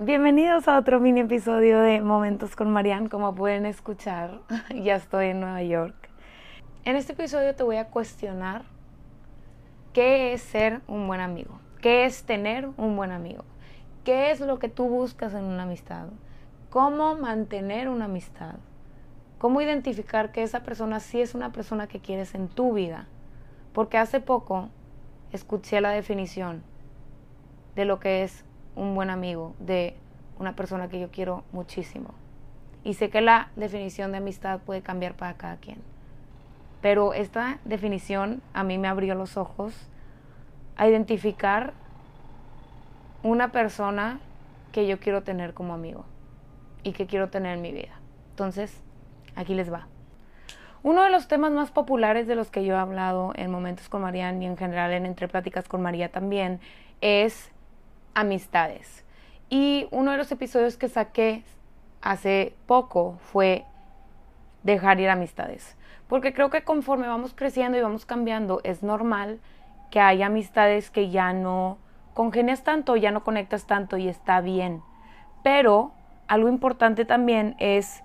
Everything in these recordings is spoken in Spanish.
Bienvenidos a otro mini episodio de Momentos con Marianne. Como pueden escuchar, ya estoy en Nueva York. En este episodio te voy a cuestionar qué es ser un buen amigo, qué es tener un buen amigo, qué es lo que tú buscas en una amistad, cómo mantener una amistad, cómo identificar que esa persona sí es una persona que quieres en tu vida. Porque hace poco escuché la definición de lo que es un buen amigo, de una persona que yo quiero muchísimo. Y sé que la definición de amistad puede cambiar para cada quien. Pero esta definición a mí me abrió los ojos a identificar una persona que yo quiero tener como amigo y que quiero tener en mi vida. Entonces, aquí les va. Uno de los temas más populares de los que yo he hablado en Momentos con Marianne y en general en Entre Pláticas con María también es amistades. Y uno de los episodios que saqué hace poco fue dejar ir amistades. Porque creo que conforme vamos creciendo y vamos cambiando, es normal que haya amistades que ya no congenias tanto, ya no conectas tanto y está bien. Pero algo importante también es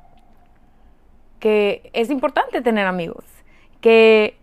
que es importante tener amigos, que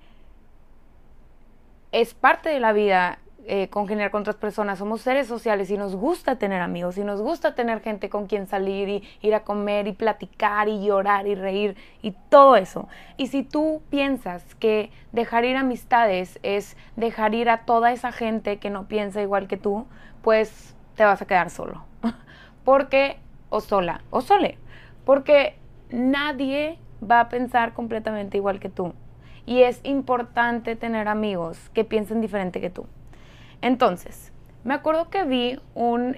es parte de la vida congeniar con otras personas. Somos seres sociales y nos gusta tener amigos y nos gusta tener gente con quien salir y ir a comer y platicar y llorar y reír y todo eso. Y si tú piensas que dejar ir amistades es dejar ir a toda esa gente que no piensa igual que tú, pues te vas a quedar solo. Porque, o sola, o sole. Porque nadie va a pensar completamente igual que tú. Y es importante tener amigos que piensen diferente que tú. Entonces, me acuerdo que vi un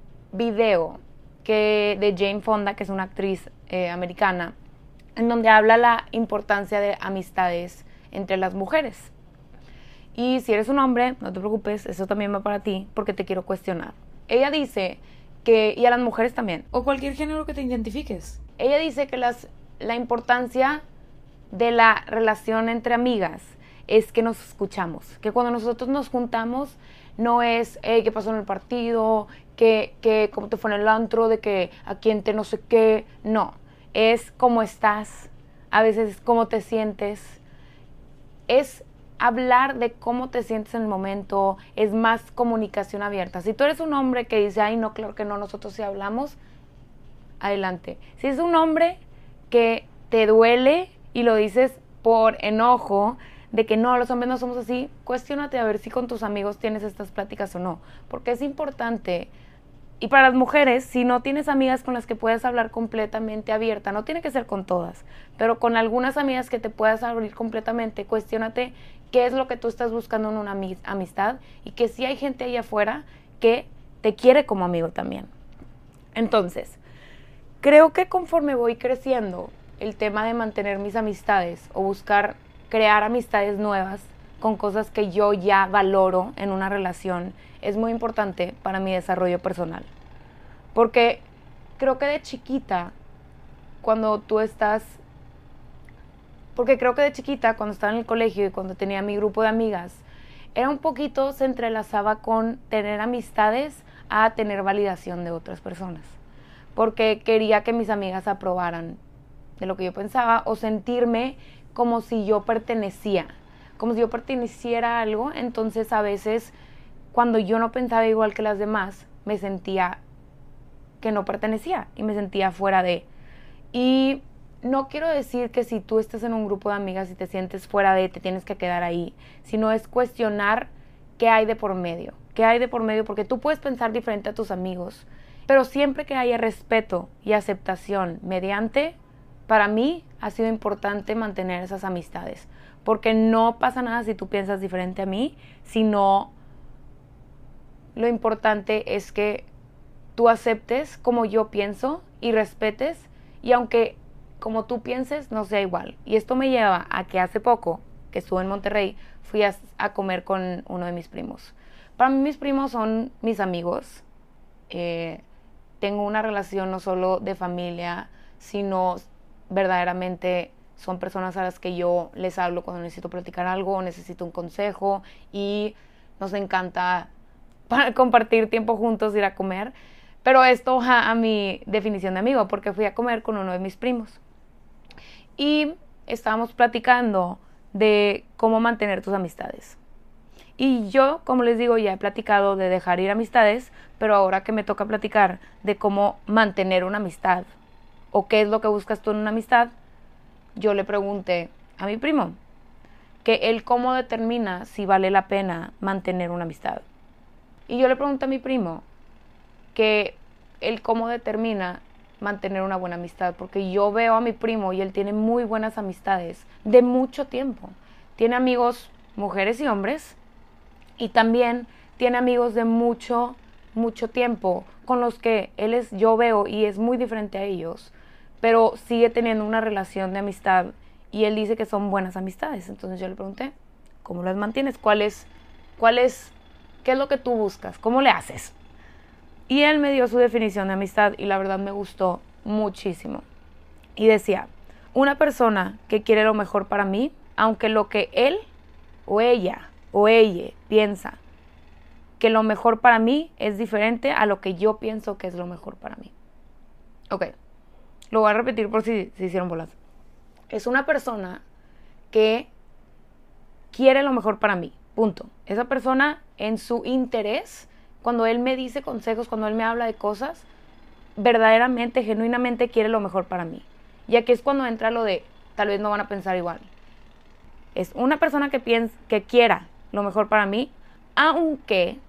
video de Jane Fonda, que es una actriz americana, en donde habla la importancia de amistades entre las mujeres. Y si eres un hombre, no te preocupes, eso también va para ti, porque te quiero cuestionar. Ella dice que, y a las mujeres también, o cualquier género que te identifiques. Ella dice que la importancia de la relación entre amigas es que nos escuchamos, que cuando nosotros nos juntamos no es hey, qué pasó en el partido, que cómo te fue en el antro, de que a quién te no sé qué, no, es cómo estás, a veces cómo te sientes, es hablar de cómo te sientes en el momento, es más comunicación abierta. Si tú eres un hombre que dice, ay no, claro que no, nosotros sí hablamos, adelante. Si es un hombre que te duele y lo dices por enojo, de que no, los hombres no somos así, cuestiónate a ver si con tus amigos tienes estas pláticas o no, porque es importante. Y para las mujeres, si no tienes amigas con las que puedas hablar completamente abierta, no tiene que ser con todas, pero con algunas amigas que te puedas abrir completamente, cuestiónate qué es lo que tú estás buscando en una amistad y que sí hay gente allá afuera que te quiere como amigo también. Entonces, creo que conforme voy creciendo, el tema de mantener mis amistades o buscar crear amistades nuevas con cosas que yo ya valoro en una relación es muy importante para mi desarrollo personal. Porque creo que de chiquita, cuando tú estás... Porque creo que de chiquita, cuando estaba en el colegio y cuando tenía mi grupo de amigas, era un poquito, se entrelazaba con tener amistades a tener validación de otras personas. Porque quería que mis amigas aprobaran de lo que yo pensaba o sentirme como si yo pertenecía, como si yo perteneciera a algo. Entonces a veces cuando yo no pensaba igual que las demás, me sentía que no pertenecía y me sentía fuera de. Y no quiero decir que si tú estás en un grupo de amigas y te sientes fuera de, te tienes que quedar ahí, sino es cuestionar qué hay de por medio, qué hay de por medio, porque tú puedes pensar diferente a tus amigos, pero siempre que haya respeto y aceptación mediante, para mí ha sido importante mantener esas amistades, porque no pasa nada si tú piensas diferente a mí, sino lo importante es que tú aceptes como yo pienso y respetes, y aunque como tú pienses no sea igual. Y esto me lleva a que hace poco, que estuve en Monterrey, fui a comer con uno de mis primos. Para mí mis primos son mis amigos. Tengo una relación no solo de familia, sino verdaderamente son personas a las que yo les hablo cuando necesito platicar algo o necesito un consejo, y nos encanta compartir tiempo juntos, ir a comer. Pero esto va a mi definición de amigo, porque fui a comer con uno de mis primos. Y estábamos platicando de cómo mantener tus amistades. Y yo, como les digo, ya he platicado de dejar ir amistades, pero ahora que me toca platicar de cómo mantener una amistad o qué es lo que buscas tú en una amistad, yo le pregunté a mi primo que él cómo determina si vale la pena mantener una amistad. Y yo le pregunté a mi primo que él cómo determina mantener una buena amistad, porque yo veo a mi primo y él tiene muy buenas amistades de mucho tiempo. Tiene amigos, mujeres y hombres, y también tiene amigos de mucho tiempo con los que yo veo y es muy diferente a ellos, pero sigue teniendo una relación de amistad y él dice que son buenas amistades. Entonces yo le pregunté, ¿cómo las mantienes? ¿Qué es lo que tú buscas? ¿Cómo le haces? Y él me dio su definición de amistad y la verdad me gustó muchísimo. Y decía, una persona que quiere lo mejor para mí, aunque lo que él o ella piensa que lo mejor para mí es diferente a lo que yo pienso que es lo mejor para mí. Ok, lo voy a repetir por si se hicieron bolas. Es una persona que quiere lo mejor para mí, punto. Esa persona en su interés, cuando él me dice consejos, cuando él me habla de cosas, verdaderamente, genuinamente quiere lo mejor para mí. Y aquí es cuando entra lo de, tal vez no van a pensar igual. Es una persona que quiera lo mejor para mí, aunque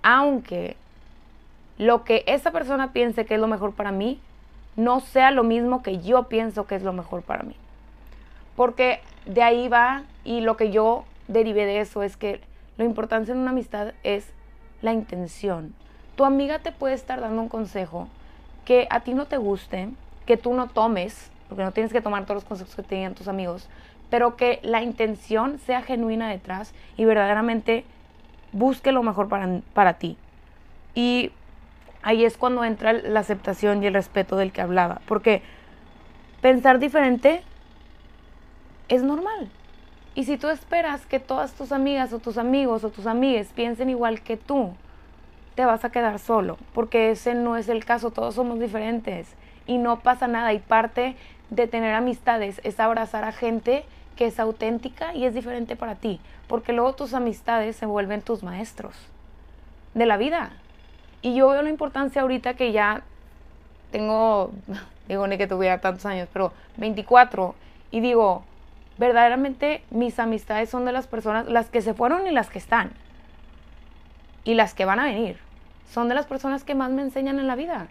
lo que esa persona piense que es lo mejor para mí, no sea lo mismo que yo pienso que es lo mejor para mí. Porque de ahí va, y lo que yo derivé de eso es que lo importante en una amistad es la intención. Tu amiga te puede estar dando un consejo que a ti no te guste, que tú no tomes, porque no tienes que tomar todos los consejos que te digan tus amigos, pero que la intención sea genuina detrás y verdaderamente busque lo mejor para ti. Y ahí es cuando entra la aceptación y el respeto del que hablaba, porque pensar diferente es normal. Y si tú esperas que todas tus amigas o tus amigos o tus amigues piensen igual que tú, te vas a quedar solo, porque ese no es el caso. Todos somos diferentes y no pasa nada. Y parte de tener amistades es abrazar a gente que es auténtica y es diferente para ti, porque luego tus amistades se vuelven tus maestros de la vida. Y yo veo la importancia ahorita que ya tengo, digo, ni que tuviera tantos años, pero 24, y digo, verdaderamente mis amistades son de las personas, las que se fueron y las que están, y las que van a venir, son de las personas que más me enseñan en la vida.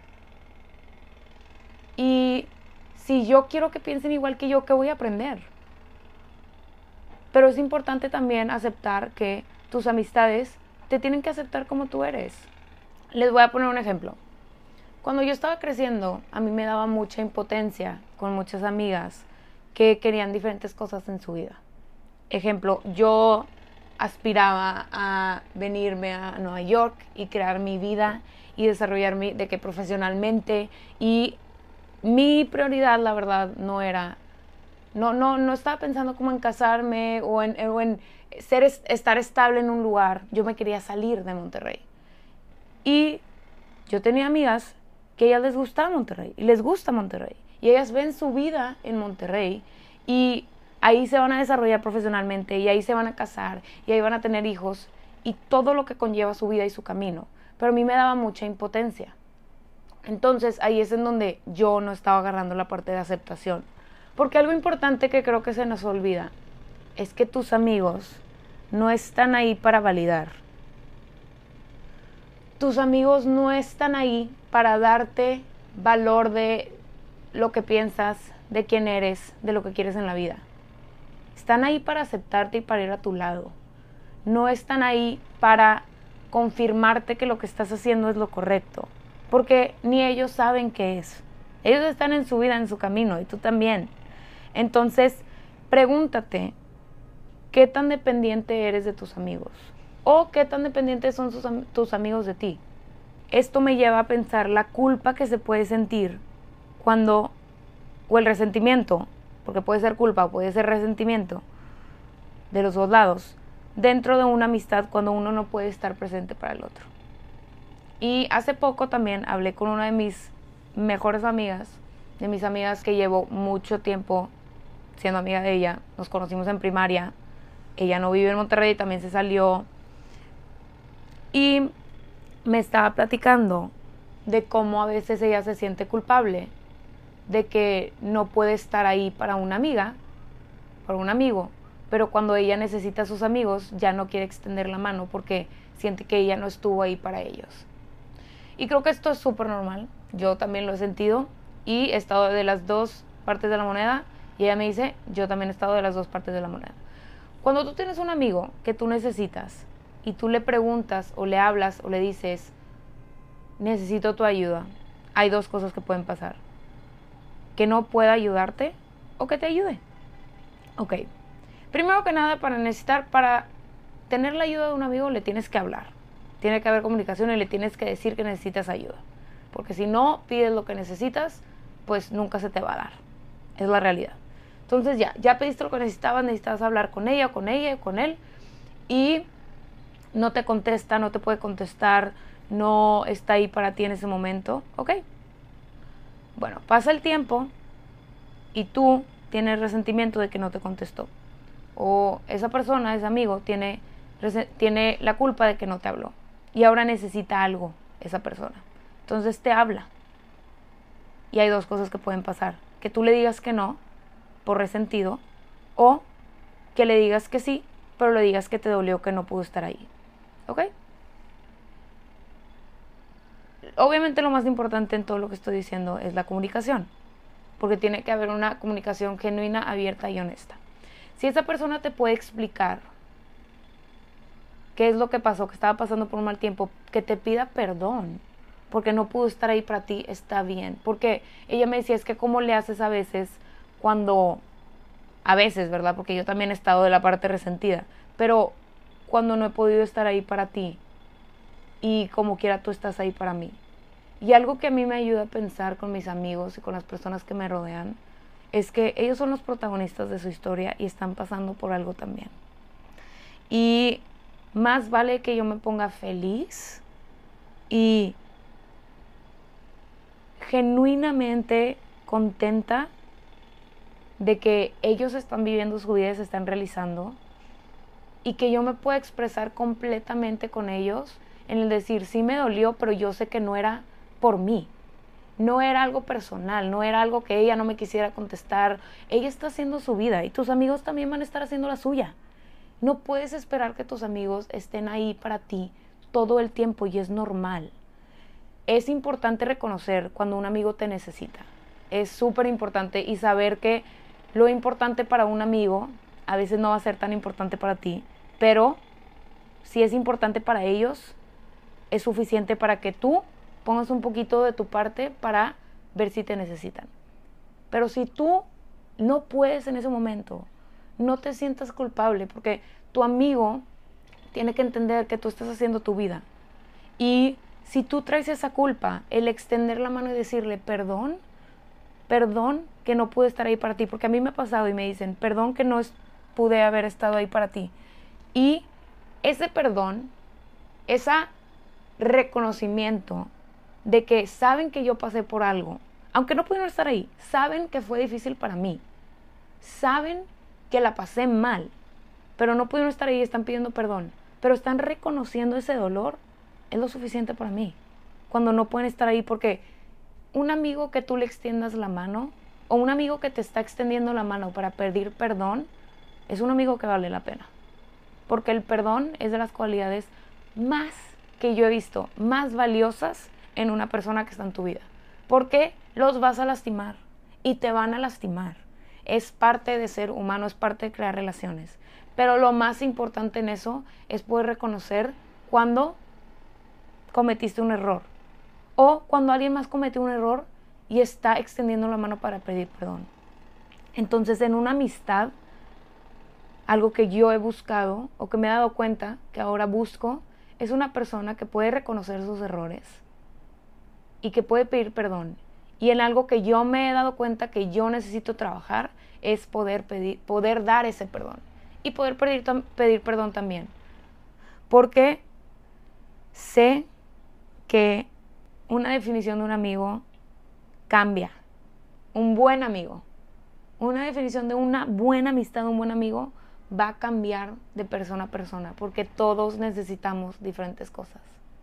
Y si yo quiero que piensen igual que yo, ¿qué voy a aprender? Pero es importante también aceptar que tus amistades te tienen que aceptar como tú eres. Les voy a poner un ejemplo. Cuando yo estaba creciendo, a mí me daba mucha impotencia con muchas amigas que querían diferentes cosas en su vida. Ejemplo, yo aspiraba a venirme a Nueva York y crear mi vida y desarrollarme profesionalmente, y mi prioridad, la verdad, no estaba pensando como en casarme o en estar estable en un lugar. Yo me quería salir de Monterrey. Y yo tenía amigas que a ellas les gustaba Monterrey y les gusta Monterrey. Y ellas ven su vida en Monterrey y ahí se van a desarrollar profesionalmente y ahí se van a casar y ahí van a tener hijos y todo lo que conlleva su vida y su camino. Pero a mí me daba mucha impotencia. Entonces ahí es en donde yo no estaba agarrando la parte de aceptación. Porque algo importante que creo que se nos olvida es que tus amigos no están ahí para validar. Tus amigos no están ahí para darte valor de lo que piensas, de quién eres, de lo que quieres en la vida. Están ahí para aceptarte y para ir a tu lado. No están ahí para confirmarte que lo que estás haciendo es lo correcto, porque ni ellos saben qué es. Ellos están en su vida, en su camino, y tú también. Entonces, pregúntate, ¿qué tan dependiente eres de tus amigos? ¿O qué tan dependientes son tus amigos de ti? Esto me lleva a pensar la culpa que se puede sentir cuando, o el resentimiento, porque puede ser culpa o puede ser resentimiento, de los dos lados, dentro de una amistad cuando uno no puede estar presente para el otro. Y hace poco también hablé con una de mis mejores amigas, de mis amigas que llevo mucho tiempo siendo amiga de ella. Nos conocimos en primaria. Ella no vive en Monterrey, también se salió. Y me estaba platicando de cómo a veces ella se siente culpable de que no puede estar ahí para una amiga, para un amigo, pero cuando ella necesita a sus amigos ya no quiere extender la mano porque siente que ella no estuvo ahí para ellos. Y creo que esto es súper normal, yo también lo he sentido y he estado de las dos partes de la moneda y ella me dice, yo también he estado de las dos partes de la moneda. Cuando tú tienes un amigo que tú necesitas y tú le preguntas o le hablas o le dices, necesito tu ayuda, hay dos cosas que pueden pasar. Que no pueda ayudarte o que te ayude. Ok. Primero que nada, para tener la ayuda de un amigo le tienes que hablar. Tiene que haber comunicación y le tienes que decir que necesitas ayuda. Porque si no pides lo que necesitas, pues nunca se te va a dar. Es la realidad. Entonces ya pediste lo que necesitabas hablar con ella, con él, y no te contesta, no te puede contestar, no está ahí para ti en ese momento. Ok. Bueno, pasa el tiempo y tú tienes resentimiento de que no te contestó. O esa persona, ese amigo, tiene la culpa de que no te habló. Y ahora necesita algo esa persona. Entonces te habla. Y hay dos cosas que pueden pasar. Que tú le digas que no, por resentido, o que le digas que sí, pero le digas que te dolió que no pudo estar ahí. ¿Ok? Obviamente lo más importante en todo lo que estoy diciendo es la comunicación, porque tiene que haber una comunicación genuina, abierta y honesta. Si esa persona te puede explicar qué es lo que pasó, que estaba pasando por un mal tiempo, que te pida perdón, porque no pudo estar ahí para ti, está bien. Porque ella me decía, es que cómo le haces a veces ¿verdad? Porque yo también he estado de la parte resentida, pero cuando no he podido estar ahí para ti y como quiera tú estás ahí para mí. Y algo que a mí me ayuda a pensar con mis amigos y con las personas que me rodean es que ellos son los protagonistas de su historia y están pasando por algo también. Y más vale que yo me ponga feliz y genuinamente contenta de que ellos están viviendo su vida y se están realizando y que yo me pueda expresar completamente con ellos en el decir, sí me dolió, pero yo sé que no era por mí. No era algo personal, no era algo que ella no me quisiera contestar. Ella está haciendo su vida y tus amigos también van a estar haciendo la suya. No puedes esperar que tus amigos estén ahí para ti todo el tiempo y es normal. Es importante reconocer cuando un amigo te necesita. Es súper importante y saber que lo importante para un amigo a veces no va a ser tan importante para ti, pero si es importante para ellos, es suficiente para que tú pongas un poquito de tu parte para ver si te necesitan. Pero si tú no puedes en ese momento, no te sientas culpable, porque tu amigo tiene que entender que tú estás haciendo tu vida. Y si tú traes esa culpa, el extender la mano y decirle perdón que no pude estar ahí para ti, porque a mí me ha pasado y me dicen, perdón que no pude haber estado ahí para ti. Y ese perdón, ese reconocimiento de que saben que yo pasé por algo, aunque no pudieron estar ahí, saben que fue difícil para mí, saben que la pasé mal, pero no pudieron estar ahí y están pidiendo perdón, pero están reconociendo ese dolor, es lo suficiente para mí. Cuando no pueden estar ahí, porque un amigo que tú le extiendas la mano, o un amigo que te está extendiendo la mano para pedir perdón, es un amigo que vale la pena. Porque el perdón es de las cualidades más que yo he visto, más valiosas en una persona que está en tu vida. Porque los vas a lastimar y te van a lastimar. Es parte de ser humano, es parte de crear relaciones. Pero lo más importante en eso es poder reconocer cuando cometiste un error. O cuando alguien más cometió un error y está extendiendo la mano para pedir perdón. Entonces, en una amistad, algo que yo he buscado o que me he dado cuenta que ahora busco, es una persona que puede reconocer sus errores y que puede pedir perdón. Y en algo que yo me he dado cuenta que yo necesito trabajar es poder dar ese perdón y poder pedir perdón también. Porque sé que una definición de un amigo cambia. Un buen amigo. Una definición de una buena amistad, un buen amigo, va a cambiar de persona a persona, porque todos necesitamos diferentes cosas.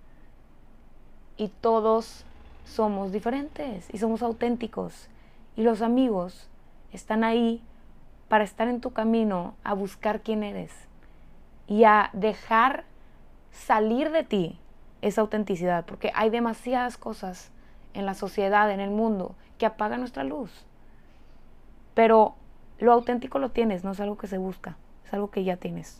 Y todos somos diferentes y somos auténticos. Y los amigos están ahí para estar en tu camino, a buscar quién eres y a dejar salir de ti esa autenticidad, porque hay demasiadas cosas en la sociedad, en el mundo, que apagan nuestra luz. Pero lo auténtico lo tienes, no es algo que se busca, es algo que ya tienes.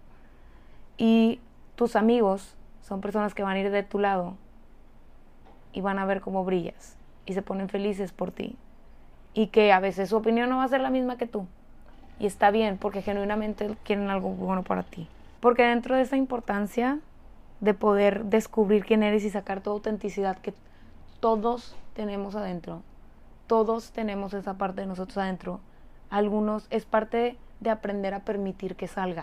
Y tus amigos son personas que van a ir de tu lado y van a ver cómo brillas y se ponen felices por ti. Y que a veces su opinión no va a ser la misma que tú. Y está bien, porque genuinamente quieren algo bueno para ti. Porque dentro de esa importancia de poder descubrir quién eres y sacar tu autenticidad que todos tenemos adentro, todos tenemos esa parte de nosotros adentro. Algunos es parte de aprender a permitir que salga.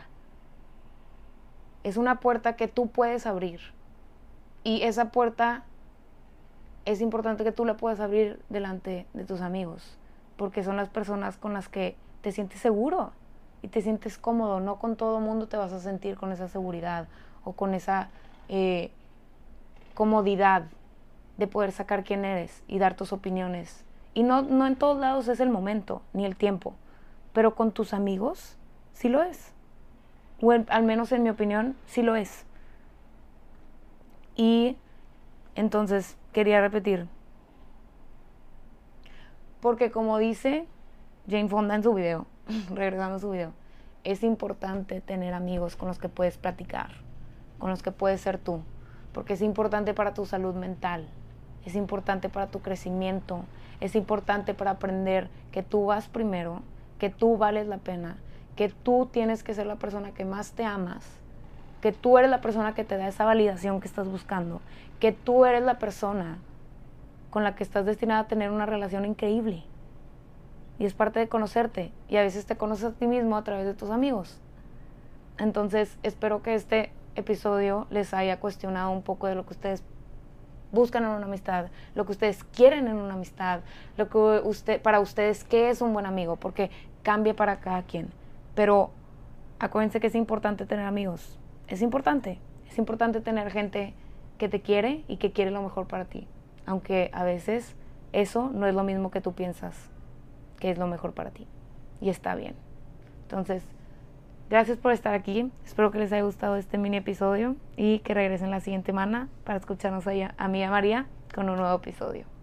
Es una puerta que tú puedes abrir. Y esa puerta es importante que tú la puedas abrir delante de tus amigos, porque son las personas con las que te sientes seguro y te sientes cómodo. No con todo mundo te vas a sentir con esa seguridad o con esa comodidad de poder sacar quién eres y dar tus opiniones. Y no en todos lados es el momento ni el tiempo, pero con tus amigos sí lo es. O al menos en mi opinión sí lo es. Y entonces quería repetir, porque como dice Jane Fonda en su video, regresando a su video, es importante tener amigos con los que puedes platicar, con los que puedes ser tú, porque es importante para tu salud mental, es importante para tu crecimiento, es importante para aprender que tú vas primero, que tú vales la pena, que tú tienes que ser la persona que más te amas, que tú eres la persona que te da esa validación que estás buscando, que tú eres la persona con la que estás destinada a tener una relación increíble. Y es parte de conocerte. Y a veces te conoces a ti mismo a través de tus amigos. Entonces, espero que este episodio les haya cuestionado un poco de lo que ustedes buscan en una amistad, lo que ustedes quieren en una amistad, lo que para ustedes qué es un buen amigo, porque cambia para cada quien. Pero acuérdense que es importante tener amigos. Es importante tener gente que te quiere y que quiere lo mejor para ti. Aunque a veces eso no es lo mismo que tú piensas que es lo mejor para ti. Y está bien. Entonces, gracias por estar aquí. Espero que les haya gustado este mini episodio y que regresen la siguiente semana para escucharnos a mí y a María con un nuevo episodio.